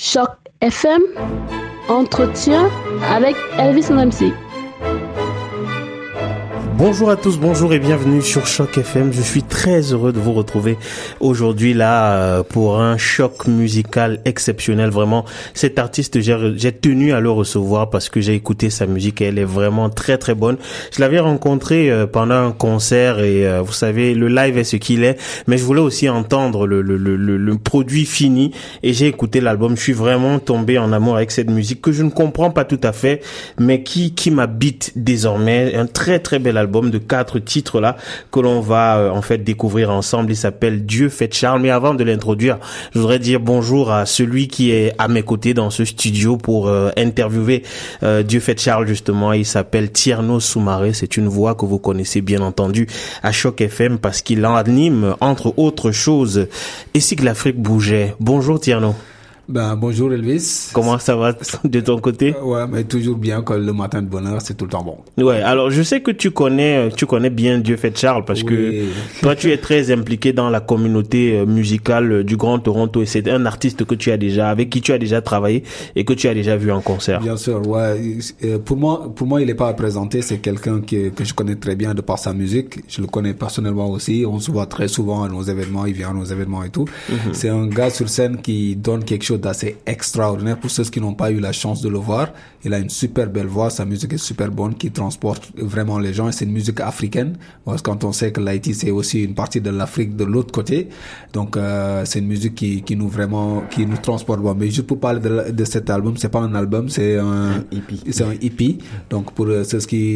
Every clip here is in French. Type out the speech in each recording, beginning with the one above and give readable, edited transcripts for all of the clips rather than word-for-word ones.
Choc FM, entretien avec Elvis MC. Bonjour à tous, bonjour et bienvenue sur Choc FM. Je suis très heureux de vous retrouver aujourd'hui là pour un choc musical exceptionnel. Vraiment, cet artiste, j'ai tenu à le recevoir parce que j'ai écouté sa musique et elle est vraiment très très bonne. Je l'avais rencontré pendant un concert et vous savez, le live est ce qu'il est, mais je voulais aussi entendre le produit fini et j'ai écouté l'album. Je suis vraiment tombé en amour avec cette musique que je ne comprends pas tout à fait, mais qui m'habite désormais. Un très très bel album de 4 titres là que l'on va en fait découvrir ensemble. Il s'appelle Dieu fait Charles. Mais avant de l'introduire, je voudrais dire bonjour à celui qui est à mes côtés dans ce studio pour interviewer Dieu fait Charles justement. Il s'appelle Tierno Soumaré. C'est une voix que vous connaissez bien entendu à Choc FM parce qu'il anime entre autres choses Et si que l'Afrique bougeait. Bonjour Tierno. Bonjour Elvis. Comment ça va de ton côté? Ouais, mais toujours bien que le matin de bonheur, c'est tout le temps bon. Ouais, alors je sais que tu connais bien Dieu fait Charles parce que toi tu es très impliqué dans la communauté musicale du Grand Toronto et c'est un artiste avec qui tu as déjà travaillé et que tu as déjà vu en concert. Bien sûr, ouais. Pour moi, il est pas à présenter, c'est quelqu'un que je connais très bien de par sa musique. Je le connais personnellement aussi, on se voit très souvent à nos événements, il vient à nos événements et tout. Mm-hmm. C'est un gars sur scène qui donne quelque chose d'assez extraordinaire pour ceux qui n'ont pas eu la chance de le voir. Il a une super belle voix, sa musique est super bonne, qui transporte vraiment les gens et c'est une musique africaine. Parce que quand on sait que l'Haïti c'est aussi une partie de l'Afrique de l'autre côté, donc c'est une musique qui nous transporte. Bon, mais juste pour parler de cet album, c'est pas un album, c'est un EP. C'est un EP. Donc pour ceux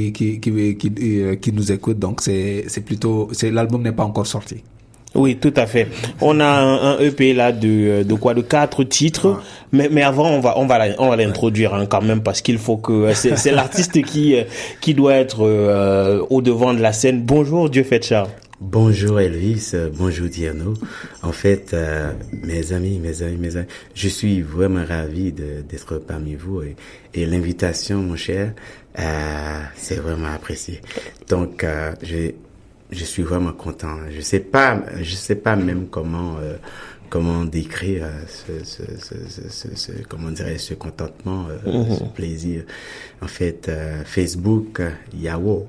qui nous écoutent, donc l'album n'est pas encore sorti. Oui, tout à fait. On a un EP là de 4 titres, mais avant on va l'introduire quand même parce qu'il faut que c'est l'artiste qui doit être au devant de la scène. Bonjour Dieu fait Charles. Bonjour Elvis, bonjour Tierno. En fait, mes amis, je suis vraiment ravi d'être parmi vous et l'invitation, mon cher, c'est vraiment apprécié. Donc, je suis vraiment content. Je sais pas même comment décrire ce contentement, ce plaisir. En fait, Facebook, Yahoo.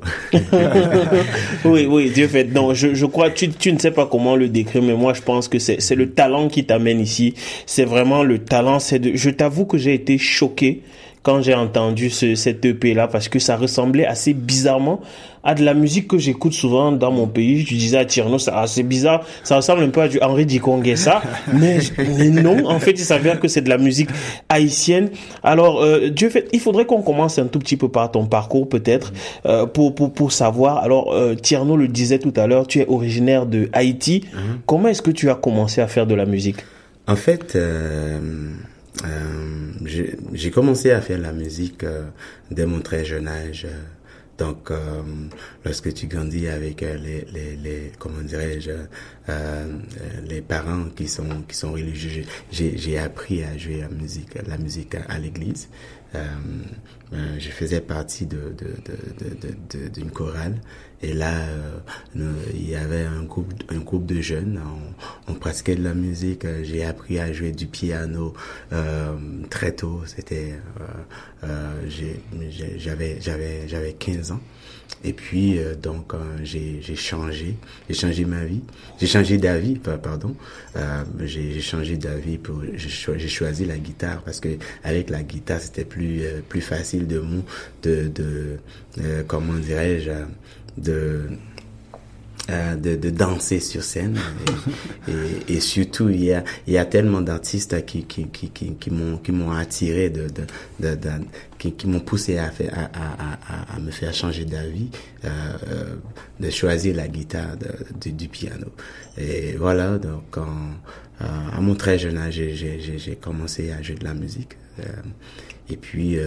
Oui, Dieu fait. Non, je crois, tu ne sais pas comment le décrire, mais moi, je pense que c'est le talent qui t'amène ici. C'est vraiment le talent. Je t'avoue que j'ai été choqué quand j'ai entendu cet EP là parce que ça ressemblait assez bizarrement à de la musique que j'écoute souvent dans mon pays. Je disais à Tierno, c'est bizarre, ça ressemble un peu à du Henri Dikonguessa, mais non, en fait, il s'avère que c'est de la musique haïtienne. Alors, Dieu fait, il faudrait qu'on commence un tout petit peu par ton parcours peut-être pour savoir. Alors, Tierno le disait tout à l'heure, tu es originaire de Haïti. Comment est-ce que tu as commencé à faire de la musique? En fait, j'ai commencé à faire la musique dès mon très jeune âge. Donc, lorsque tu grandis avec les comment dirais-je, les parents qui sont religieux, j'ai appris à jouer la musique à l'église. Je faisais partie d'une chorale et là il y avait un groupe de jeunes, on pratiquait de la musique. J'ai appris à jouer du piano très tôt. C'était j'avais 15 ans. Et puis donc j'ai changé ma vie, j'ai changé d'avis, pardon. J'ai changé d'avis j'ai choisi la guitare parce que avec la guitare c'était plus facile comment dirais-je, de danser sur scène et surtout il y a tellement d'artistes qui m'ont attiré qui m'ont poussé à me faire changer d'avis, de choisir la guitare du piano. Et voilà, donc à mon très jeune âge j'ai commencé à jouer de la musique et puis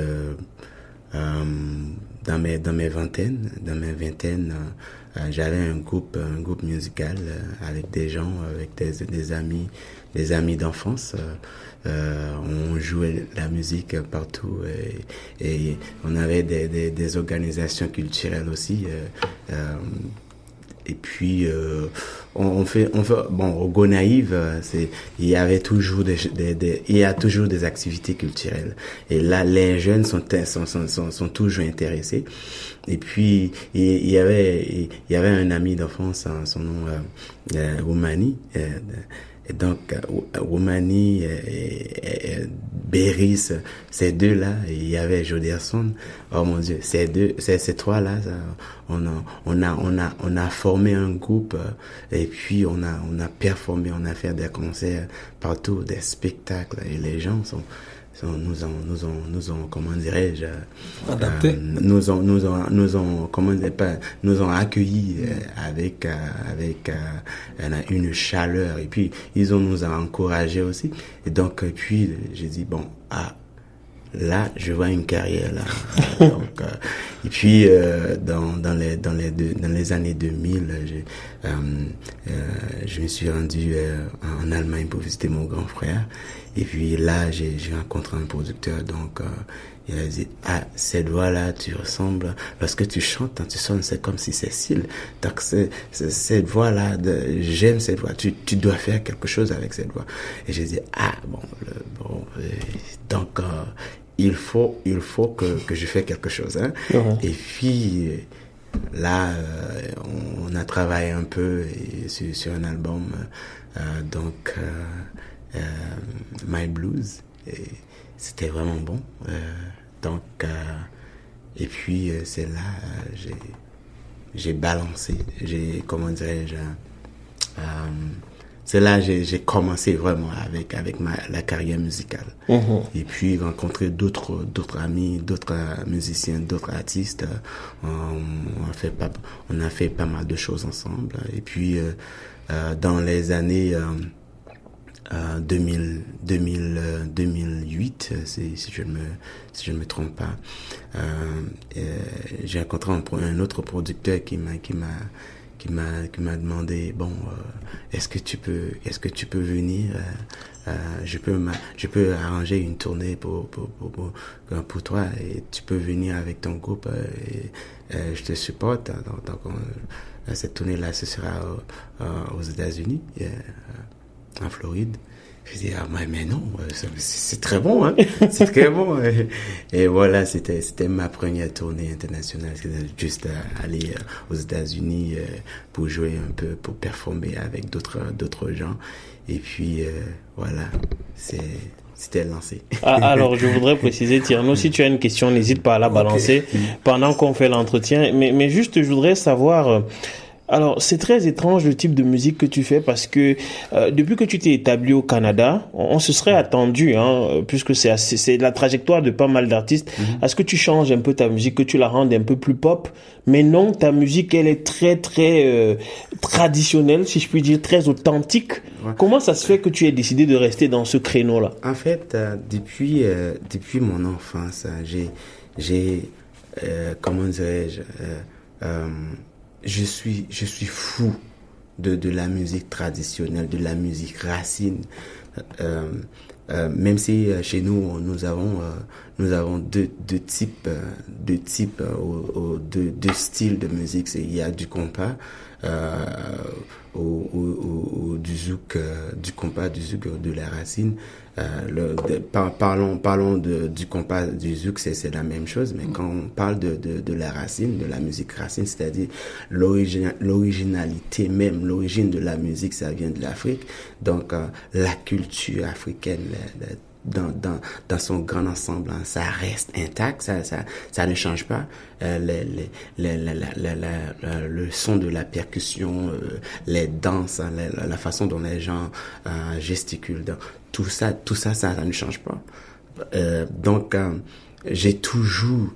dans mes vingtaines, j'avais un groupe musical avec des gens, avec des amis d'enfance. On jouait la musique partout et on avait des organisations culturelles aussi. Et puis on fait bon au Gonaïve, il y avait toujours il y a toujours des activités culturelles. Et là les jeunes sont toujours intéressés. Et puis il y avait un ami d'enfance, son nom Roumani. Et donc, Roumani et Béris, ces deux-là, il y avait Joderson. Oh mon Dieu, ces trois-là, on a formé un groupe, et puis on a performé, on a fait des concerts partout, des spectacles, et les gens nous ont comment dirais-je, adapté. nous ont accueillis avec une chaleur, et puis ils nous ont encouragés aussi. Et donc puis j'ai dit bon, là je vois une carrière là. Donc et puis dans les années 2000, je me suis rendu en Allemagne pour visiter mon grand frère. Et puis là, j'ai rencontré un producteur, donc il a dit cette voix-là, tu ressembles, lorsque tu chantes, tu sonnes, c'est comme si Cécile. Donc cette voix-là, j'aime cette voix. Tu dois faire quelque chose avec cette voix. Et j'ai dit donc il faut que je fasse quelque chose, hein. Uh-huh. Et puis là, on a travaillé un peu sur un album, donc My Blues, et c'était vraiment bon. Donc et puis c'est là j'ai balancé, c'est là j'ai commencé vraiment avec la carrière musicale. Uh-huh. Et puis rencontrer d'autres amis, d'autres musiciens, d'autres artistes. On a fait pas mal de choses ensemble. Et puis dans les années 2008, si je ne me trompe pas, j'ai rencontré un autre producteur qui m'a demandé est-ce que tu peux venir, je peux arranger une tournée pour toi, et tu peux venir avec ton groupe, et je te supporte. Donc cette tournée là ce sera aux États-Unis, en Floride. Je dis mais non, c'est très bon, hein. C'est très bon. Et voilà, c'était ma première tournée internationale. C'était juste aller aux États-Unis pour jouer un peu, pour performer avec d'autres gens. Et puis voilà, c'était lancé. Alors, je voudrais préciser, Tierno, si tu as une question, n'hésite pas à la balancer pendant qu'on fait l'entretien. Mais juste, je voudrais savoir. Alors, c'est très étrange le type de musique que tu fais, parce que depuis que tu t'es établi au Canada, on se serait attendu, puisque c'est la trajectoire de pas mal d'artistes, à ce que tu changes un peu ta musique, que tu la rendes un peu plus pop. Mais non, ta musique, elle est très très traditionnelle, si je puis dire, très authentique. Ouais. Comment ça se fait que tu aies décidé de rester dans ce créneau-là? En fait, depuis mon enfance, j'ai comment dirais-je, je suis fou de la musique traditionnelle, de la musique racine. Même si chez nous nous avons deux styles de musique. Il y a du compas ou du zouk, du compas, du zouk, de la racine. Parlons du compas, du zouk, c'est la même chose, mais quand on parle de la racine, de la musique racine, c'est-à-dire l'originalité même, l'origine de la musique, ça vient de l'Afrique. Donc la culture africaine, dans son grand ensemble, ça reste intact, ça ne change pas. Le son de la percussion, les danses, la façon dont les gens gesticulent, tout ça ne change pas. Donc j'avais toujours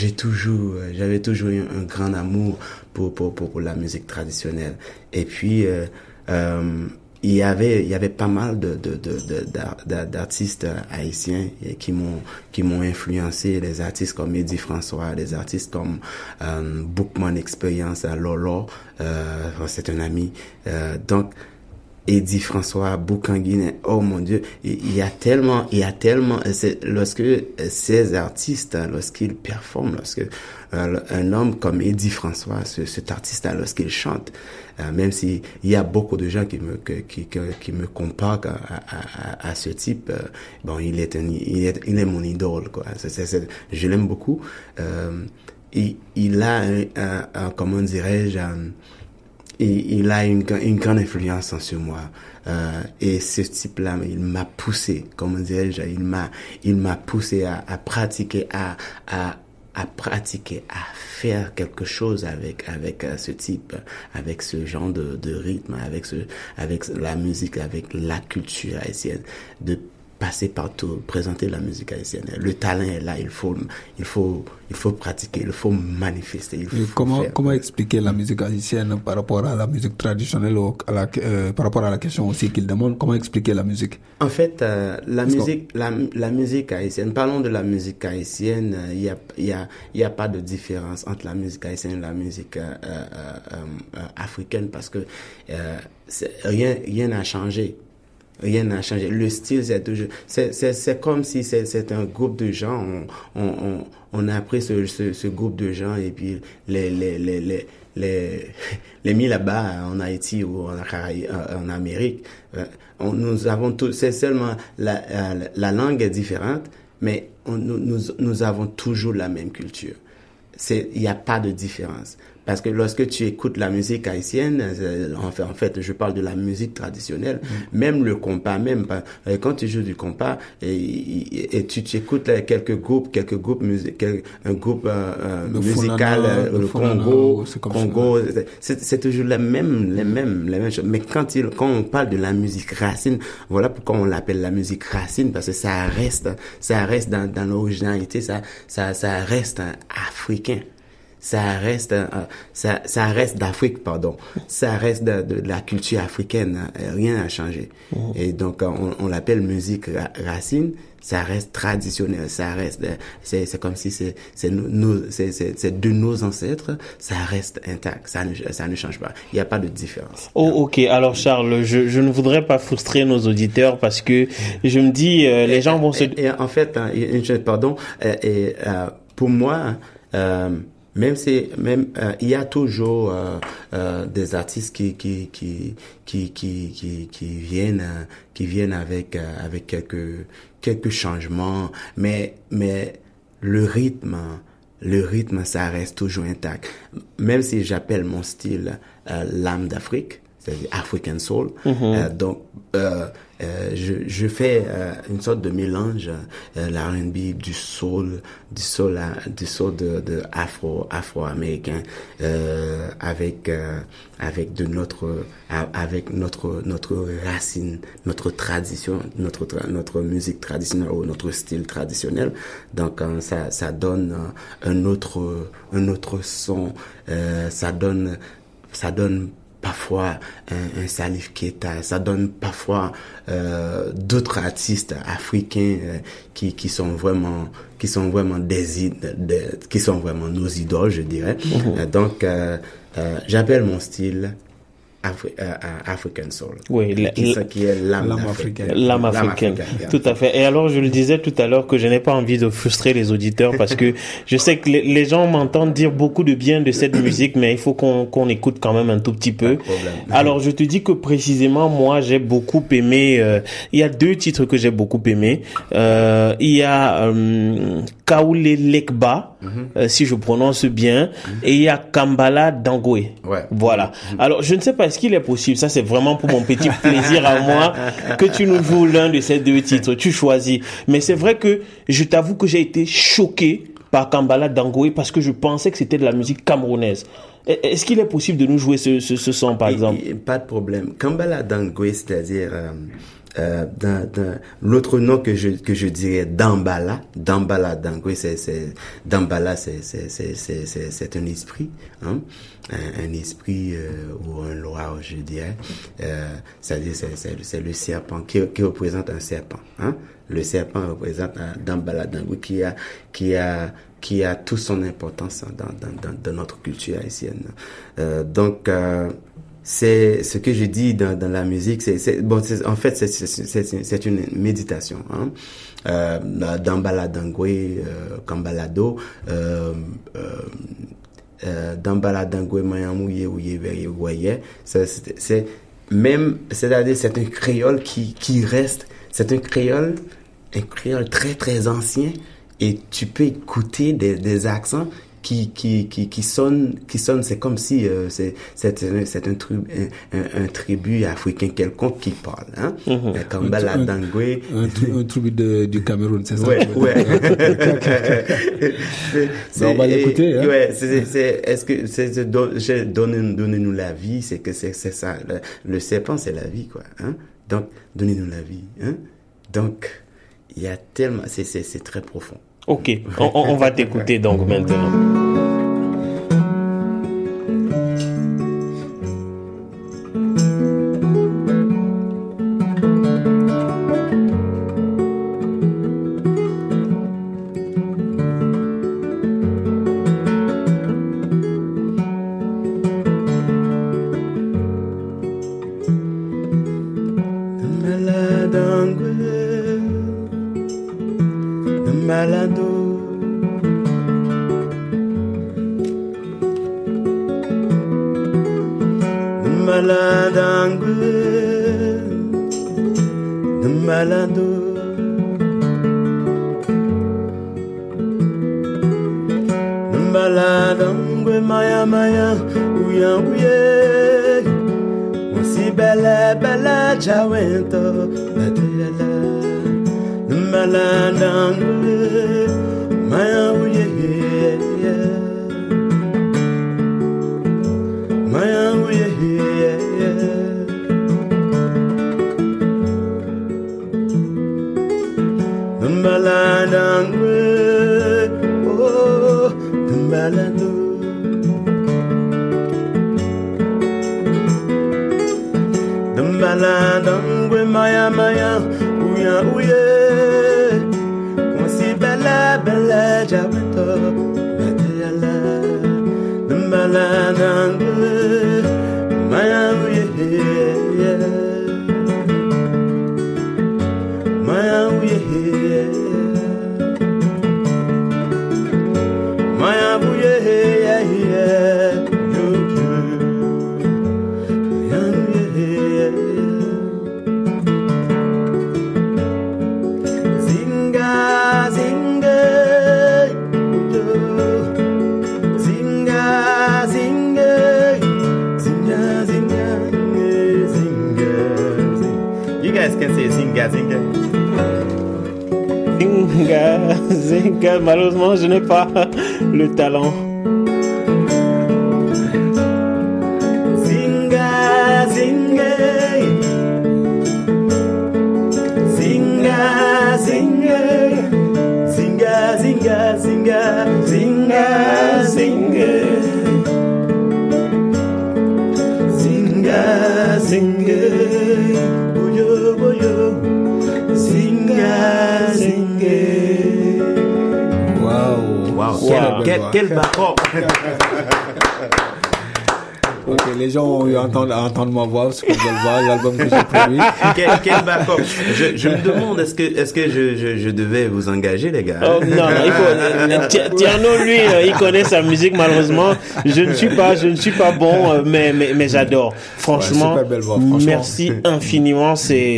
eu un grand amour pour la musique traditionnelle. Et puis il y avait pas mal d'artistes haïtiens qui m'ont influencé, des artistes comme Eddie François, des artistes comme Bookman Experience, Lolo, c'est un ami. Donc Eddie François, Boukanguine, oh mon Dieu, il y a tellement, lorsque ces artistes, lorsqu'ils performent, lorsque un homme comme Eddie François, cet artiste-là, lorsqu'il chante, même si il y a beaucoup de gens qui me comparent à ce type, bon, il est mon idole, quoi. Je l'aime beaucoup. Il a comment dirais-je, il a une grande influence sur moi. Et ce type-là, il m'a poussé, comment dirais-je, il m'a poussé à pratiquer, à faire quelque chose avec ce type, avec ce genre de rythme, avec la musique, avec la culture haïtienne, de passer partout, présenter la musique haïtienne. Le talent est là, il faut pratiquer, il faut manifester. Comment expliquer la musique haïtienne par rapport à la musique traditionnelle ou par rapport à la question aussi qu'il demande? Comment expliquer la musique? En fait, la musique haïtienne, parlons de la musique haïtienne, il y a pas de différence entre la musique haïtienne et la musique africaine parce que rien n'a changé. Rien n'a changé. Le style, c'est comme si c'est un groupe de gens. On a pris ce groupe de gens et puis les mis là-bas en Haïti ou en Amérique. Nous avons tout. C'est seulement la langue est différente, mais nous avons toujours la même culture. Il n'y a pas de différence. Parce que lorsque tu écoutes la musique haïtienne, en fait, je parle de la musique traditionnelle, même le compas, quand tu joues du compas et tu écoutes quelques groupes musical, le Congo, c'est toujours les mêmes choses. Mais quand on parle de la musique racine, voilà pourquoi on l'appelle la musique racine, parce que ça reste dans l'originalité, ça reste africain. Ça reste d'Afrique, pardon. Ça reste de la culture africaine. Rien n'a changé. Et donc, on l'appelle musique racine. Ça reste traditionnel. Ça reste, c'est comme si c'est de nos ancêtres. Ça reste intact. Ça ne change pas. Il n'y a pas de différence. Oh, ok. Alors, Charles, je ne voudrais pas frustrer nos auditeurs parce que je me dis, les gens vont se... Et en fait, pour moi, il y a toujours des artistes qui viennent avec quelques changements, mais le rythme ça reste toujours intact. Même si j'appelle mon style l'âme d'Afrique, c'est-à-dire African Soul. Donc je fais une sorte de mélange, l'R&B, du soul de afro-américain, avec notre racine, notre tradition, notre musique traditionnelle ou notre style traditionnel. Donc ça donne un autre son, ça donne parfois un Salif Keita, ça donne parfois d'autres artistes africains qui sont vraiment qui sont vraiment nos idoles, je dirais. Donc j'appelle mon style African Soul. Oui, qui est l'âme africaine. L'âme africaine. Tout à fait. Et alors, je le disais tout à l'heure que je n'ai pas envie de frustrer les auditeurs parce que je sais que les gens m'entendent dire beaucoup de bien de cette musique, mais il faut qu'on écoute quand même un tout petit peu. Alors, je te dis que précisément, moi, j'ai beaucoup aimé, il y a 2 titres que j'ai beaucoup aimé. Il y a, Kaoule Lekba, si je prononce bien, et il y a Kambala Dangoué. Ouais. Voilà. Alors, je ne sais pas, est-ce qu'il est possible, ça c'est vraiment pour mon petit plaisir à moi, que tu nous joues l'un de ces 2 titres, tu choisis. Mais c'est vrai que je t'avoue que j'ai été choqué par Kambala Dangoué parce que je pensais que c'était de la musique camerounaise. Est-ce qu'il est possible de nous jouer ce son, par exemple? Pas de problème. Kambala Dangoué, c'est-à-dire l'autre nom que je dirais Dambala Dangoué, Dambala, c'est un esprit, hein, un esprit ou un loir, je dirais. C'est-à-dire c'est le serpent qui représente un serpent, hein. Le serpent représente Dambala Dangoué qui a toute son importance dans notre culture haïtienne. Donc c'est ce que je dis dans la musique, en fait c'est une méditation, hein. Dans Baladangwe, Kambalado, dans Baladangwe Mayamouye Ouye Voye, c'est même, c'est-à-dire c'est un créole qui reste, c'est un créole très très ancien, et tu peux écouter des accents qui sonne, c'est comme si c'est un tribu africain quelconque qui parle, hein. Kambala Dangwe, un tribu du Cameroun, c'est ça? Ouais. On va l'écouter, hein. Ouais, est-ce que donnez-nous la vie, c'est ça. Le serpent, c'est la vie, quoi, hein. Donc donnez-nous la vie, hein. Donc il y a tellement, c'est très profond. Ok, on va t'écouter donc maintenant. Malheureusement, je n'ai pas le talent. Zinga, zinga, zinga, zinga, zinga, zinga, zinga, zinga, zinga, zinga, zinga, boyo, boyo, zinga, zinga. Wow. Quel back-up. Ok, les gens ont eu à entendre ma voix, parce que je le vois, l'album que j'ai produit. Quel back-up. Je me demande, est-ce que je devais vous engager, les gars? Oh, non, il faut, Tierno, lui, il connaît sa musique, malheureusement. Je ne suis pas bon, mais j'adore. Franchement, super belle voix, franchement. Merci infiniment,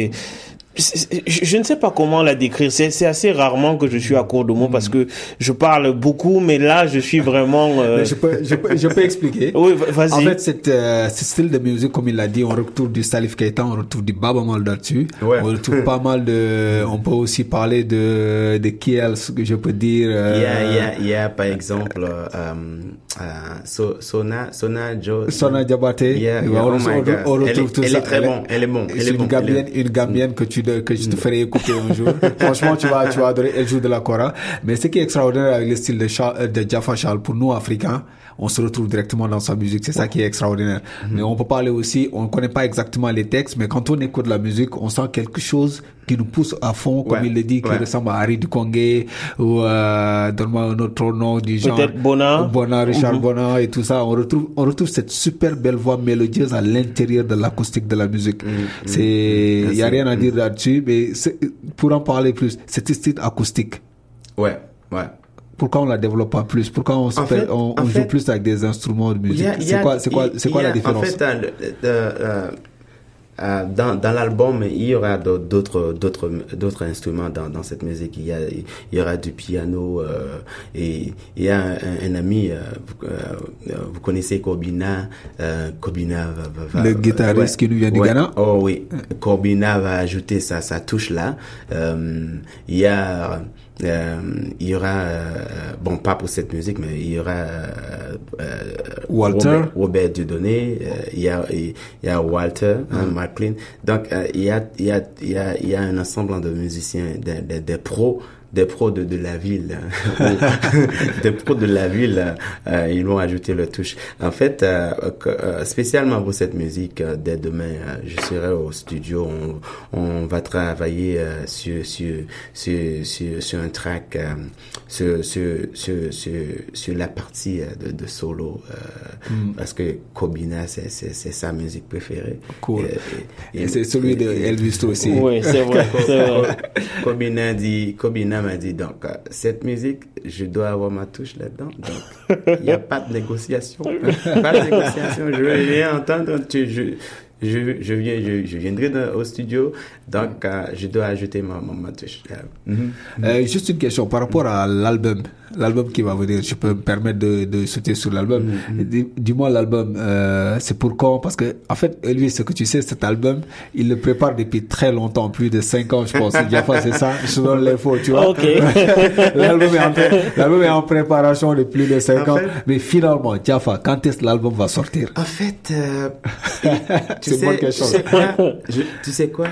je ne sais pas comment la décrire. C'est assez rarement que je suis à court de mots parce que je parle beaucoup, mais là, je suis vraiment. Mais je peux expliquer. Oui, vas-y. En fait, ce style de musique, comme il l'a dit, on retrouve du Salif Keita, on retrouve du Baba Mal là-dessus. Ouais. On retrouve pas mal on peut aussi parler de qui else que je peux dire. Il y a par exemple Sona Diabaté. On retrouve tout ça. Elle est très bon. Elle est bon. Une Gambienne que je te ferai écouter un jour. Franchement, tu vas adorer. Elle joue de la kora. Mais ce qui est extraordinaire avec le style de Jaffa Charles, pour nous Africains, on se retrouve directement dans sa musique. C'est ça qui est extraordinaire. Mais on peut parler aussi, on connaît pas exactement les textes, mais quand on écoute la musique, on sent quelque chose qui nous pousse à fond, comme il le dit, qui ressemble à Harry Dukonge, ou donne-moi un autre nom du genre. Peut-être Bona, Richard Bona et tout ça. On retrouve cette super belle voix mélodieuse à l'intérieur de l'acoustique de la musique. Il y a rien à dire là-dessus, mais pour en parler plus, cette style acoustique. Ouais. Pourquoi on la développe pas plus? Pourquoi on joue plus avec des instruments de musique? C'est quoi la différence? En fait, dans l'album, il y aura d'autres instruments dans cette musique. Il y aura du piano, et il y a un ami, vous connaissez Corbina. Corbina va le guitariste qui nous vient du Ghana. Oh oui, Corbina va ajouter sa touche là. Il y aura bon, pas pour cette musique, mais il y aura Walter Robert Dieudonné, il y a Walter, McLean. Donc il y a un ensemble de musiciens, des pros de la ville, des pros de la ville, ils vont ajouter leur touche. En fait, spécialement pour cette musique, dès demain, je serai au studio. On va travailler sur un track, sur la partie de solo, parce que Kobina, c'est sa musique préférée. Cool. Et c'est celui de Elvis aussi. Oui, c'est vrai. Kobina m'a dit, donc, cette musique, je dois avoir ma touche là-dedans. Donc, il n'y a pas de négociation. Je veux rien entendre. Je viendrai au studio, donc je dois ajouter ma touche. Juste une question par rapport à l'album qui va venir. Je peux me permettre de sauter sur l'album. Dis-moi l'album, c'est pour quand? Parce que en fait, Elvis, ce que tu sais, cet album, il le prépare depuis très longtemps, plus de 5 ans, je pense. Jaffa, c'est ça. Je donne l'info, tu vois. Okay. L'album est en préparation depuis plus de 5 ans. Mais finalement, Jaffa, quand est-ce que l'album va sortir? En fait, c'est une bonne question. Tu sais quoi?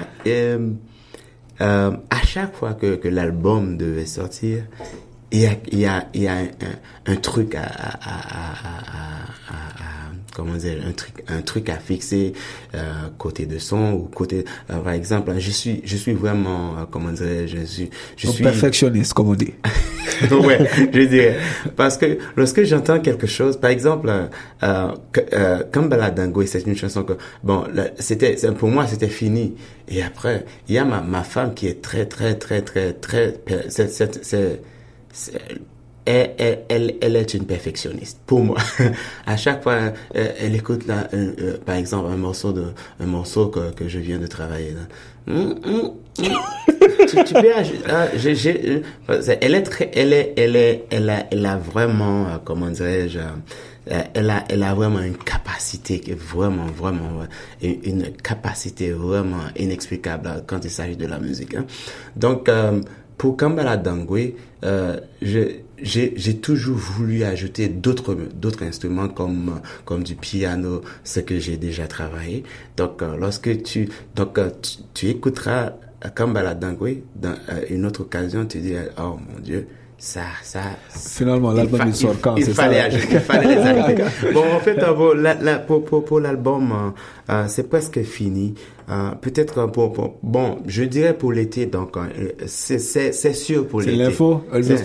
À chaque fois que l'album devait sortir, il y a un truc comment dire, un truc à fixer, côté de son ou côté, par exemple, je suis vraiment, comment dire, je suis perfectionniste, comme on dit. Ouais, je dirais. Parce que lorsque j'entends quelque chose, par exemple, Kambala Dangoe, c'est une chanson que, bon, pour moi, c'était fini. Et après, il y a ma femme qui est très, elle est une perfectionniste pour moi. À chaque fois elle écoute par exemple un morceau que je viens de travailler là. Tu peux elle a vraiment, comment dirais-je, elle a vraiment une capacité qui est vraiment une capacité vraiment inexplicable quand il s'agit de la musique, hein. Donc pour Kambala Dangoe, j'ai toujours voulu ajouter d'autres instruments comme du piano, ce que j'ai déjà travaillé. Donc lorsque tu écouteras Kambala Dangoe dans une autre occasion, tu dis, oh mon Dieu, ça finalement l'album il sort quand? Il fallait les ajouter. Bon, en fait, pour l'album, c'est presque fini. Peut-être bon, je dirais pour l'été, donc c'est sûr pour l'été. C'est l'info. C'est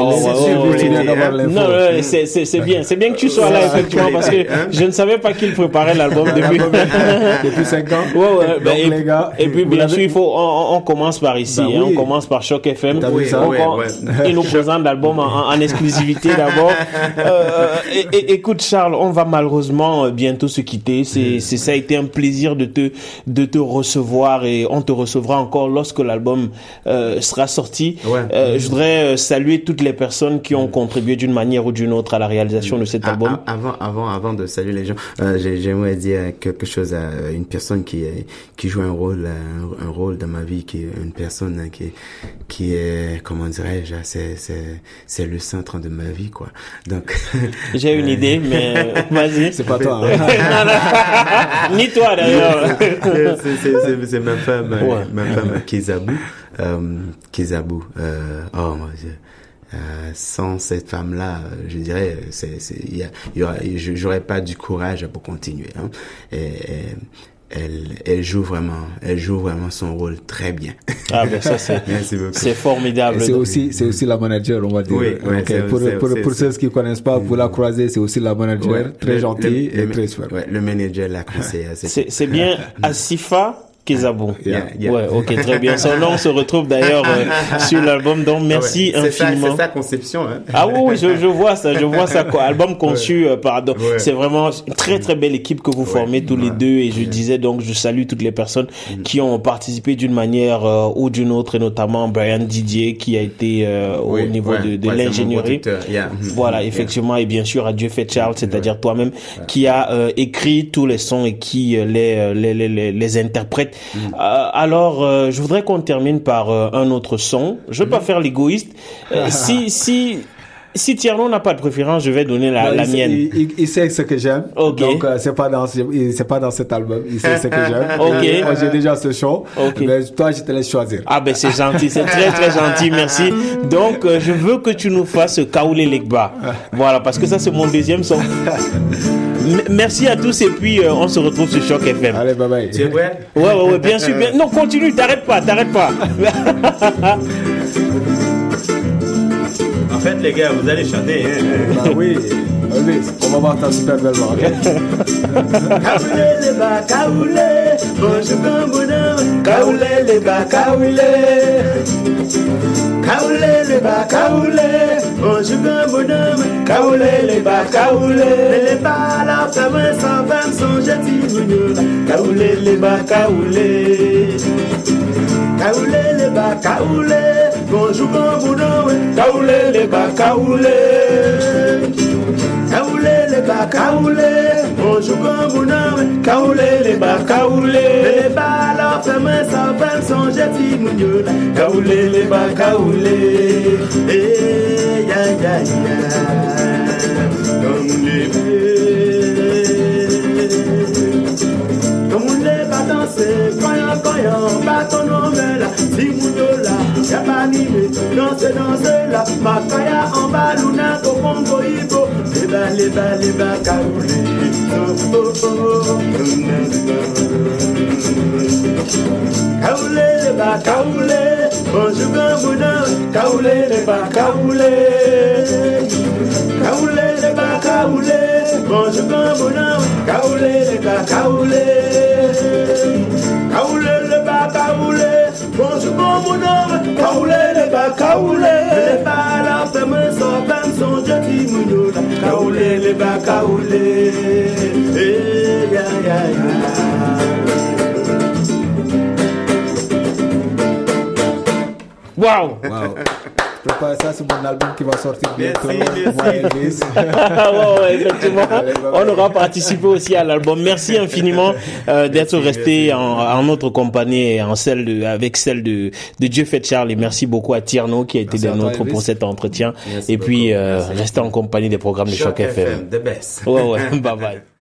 bien que tu sois là effectivement, parce que je ne savais pas qu'il préparait l'album depuis 5 ans. Donc, les gars, et puis bien sûr on commence par ici, on commence par Choc FM. Il nous présente l'album en exclusivité d'abord. Écoute Charles, on va malheureusement bientôt se quitter. Ça a été un plaisir de te recevoir, et on te recevra encore lorsque l'album sera sorti. Je voudrais saluer toutes les personnes qui ont contribué d'une manière ou d'une autre à la réalisation de cet album. Avant de saluer les gens, j'aimerais dire quelque chose à une personne qui joue un rôle dans ma vie, qui est une personne qui est, comment dirais-je, c'est le centre de ma vie, quoi. Donc j'ai une idée, mais vas-y. C'est pas toi, hein. Ni toi d'ailleurs. C'est ma femme Kizabou. Oh mon Dieu. Sans cette femme-là, je dirais, j'aurais pas du courage pour continuer. Hein. Elle joue vraiment son rôle très bien. Ah ben ça c'est formidable. C'est aussi la manager, on va dire. Oui, okay. Pour ceux qui connaissent pas, pour la croiser, c'est aussi la manager, très gentille et très super. Ouais, le manager, la conseillère. C'est bien Asifa Kezabou. Yeah. Ouais, ok, très bien. Son nom se retrouve d'ailleurs sur l'album, donc merci infiniment. C'est sa conception, hein. Ah oui, je vois ça, quoi. Album conçu c'est vraiment une très très belle équipe que vous formez tous les deux, et je disais donc, je salue toutes les personnes qui ont participé d'une manière ou d'une autre, et notamment Brian Didier qui a été au niveau de l'ingénierie. Voilà, effectivement, et bien sûr à Dieu fait Charles, c'est-à-dire toi-même, qui a écrit tous les sons et qui les interprète. Alors, je voudrais qu'on termine par un autre son. Je veux pas faire l'égoïste. Si Tierno n'a pas de préférence, je vais donner la mienne. Il sait ce que j'aime. Okay. Donc c'est pas dans cet album. Il sait ce que j'aime. Okay. Moi j'ai déjà ce show. Okay. Mais toi je te laisse choisir. Ah ben c'est gentil, c'est très très gentil, merci. Donc je veux que tu nous fasses Kaoulé Legba. Voilà, parce que ça c'est mon deuxième son. Merci à tous, et puis on se retrouve sur Choc FM. Allez, bye bye. Tu es prêt? Ouais, bien sûr. Non, continue, t'arrêtes pas. En fait, les gars, vous allez chanter. Bah oui, on va voir ta super belle voix. Kaoulé les bas, kaoulé, bonjour bon bonhomme. Kaoulé les bas, kaoulé. Kaoulé les bas, kaoulé, bonjour bon bonhomme. Kaoulé les bas, kaoulé. Les bas la femme sans femme sont jetis mouniola. Kaoulé les bas, kaoulé. Kaoulé les bas, kaoulé, bonjour bon bonhomme. Kaoulé les bas, kaoulé. Kaoulé les bas, kaoulé, bonjour bon bonhomme. Kaoulé les bas, kaoulé. Les bas la femme sans femme sont jetis mouniola. Kaoulé les bas, kaoulé. Eh ya ya ya. Comme on les va danser, coyon, bâton nommé là, si mouniola, y'a pas animé, danser là, ma kaya en bas, luna, au Congo, Ibo, les bas, kaoulé, kaoulé, les bas, kaoulé, bonjour, bonhomme, kaoulé, les bas, kaoulé, kaoulé, les bas, kaoulé, bonjour, bonhomme, kaoulé, les bas, kaoulé. Kaoulé le bas, kaoulé, bonjour bon bonhomme. Kaoulé le bas, kaoulé. Les bas la femme sont jetis mouniola. Kaoulé le bas, kaoulé. Eh ya ya ya. Wow. Prépare ça, c'est mon album qui va sortir bientôt. Merci. Ouais, effectivement. On aura participé aussi à l'album. Merci infiniment d'être resté en notre compagnie et avec celle de Dieu fait Charles. Et merci beaucoup à Tierno qui a été des nôtres pour cet entretien. Merci et puis restez en compagnie des programmes de Choc FM. The best. Ouais, bye bye.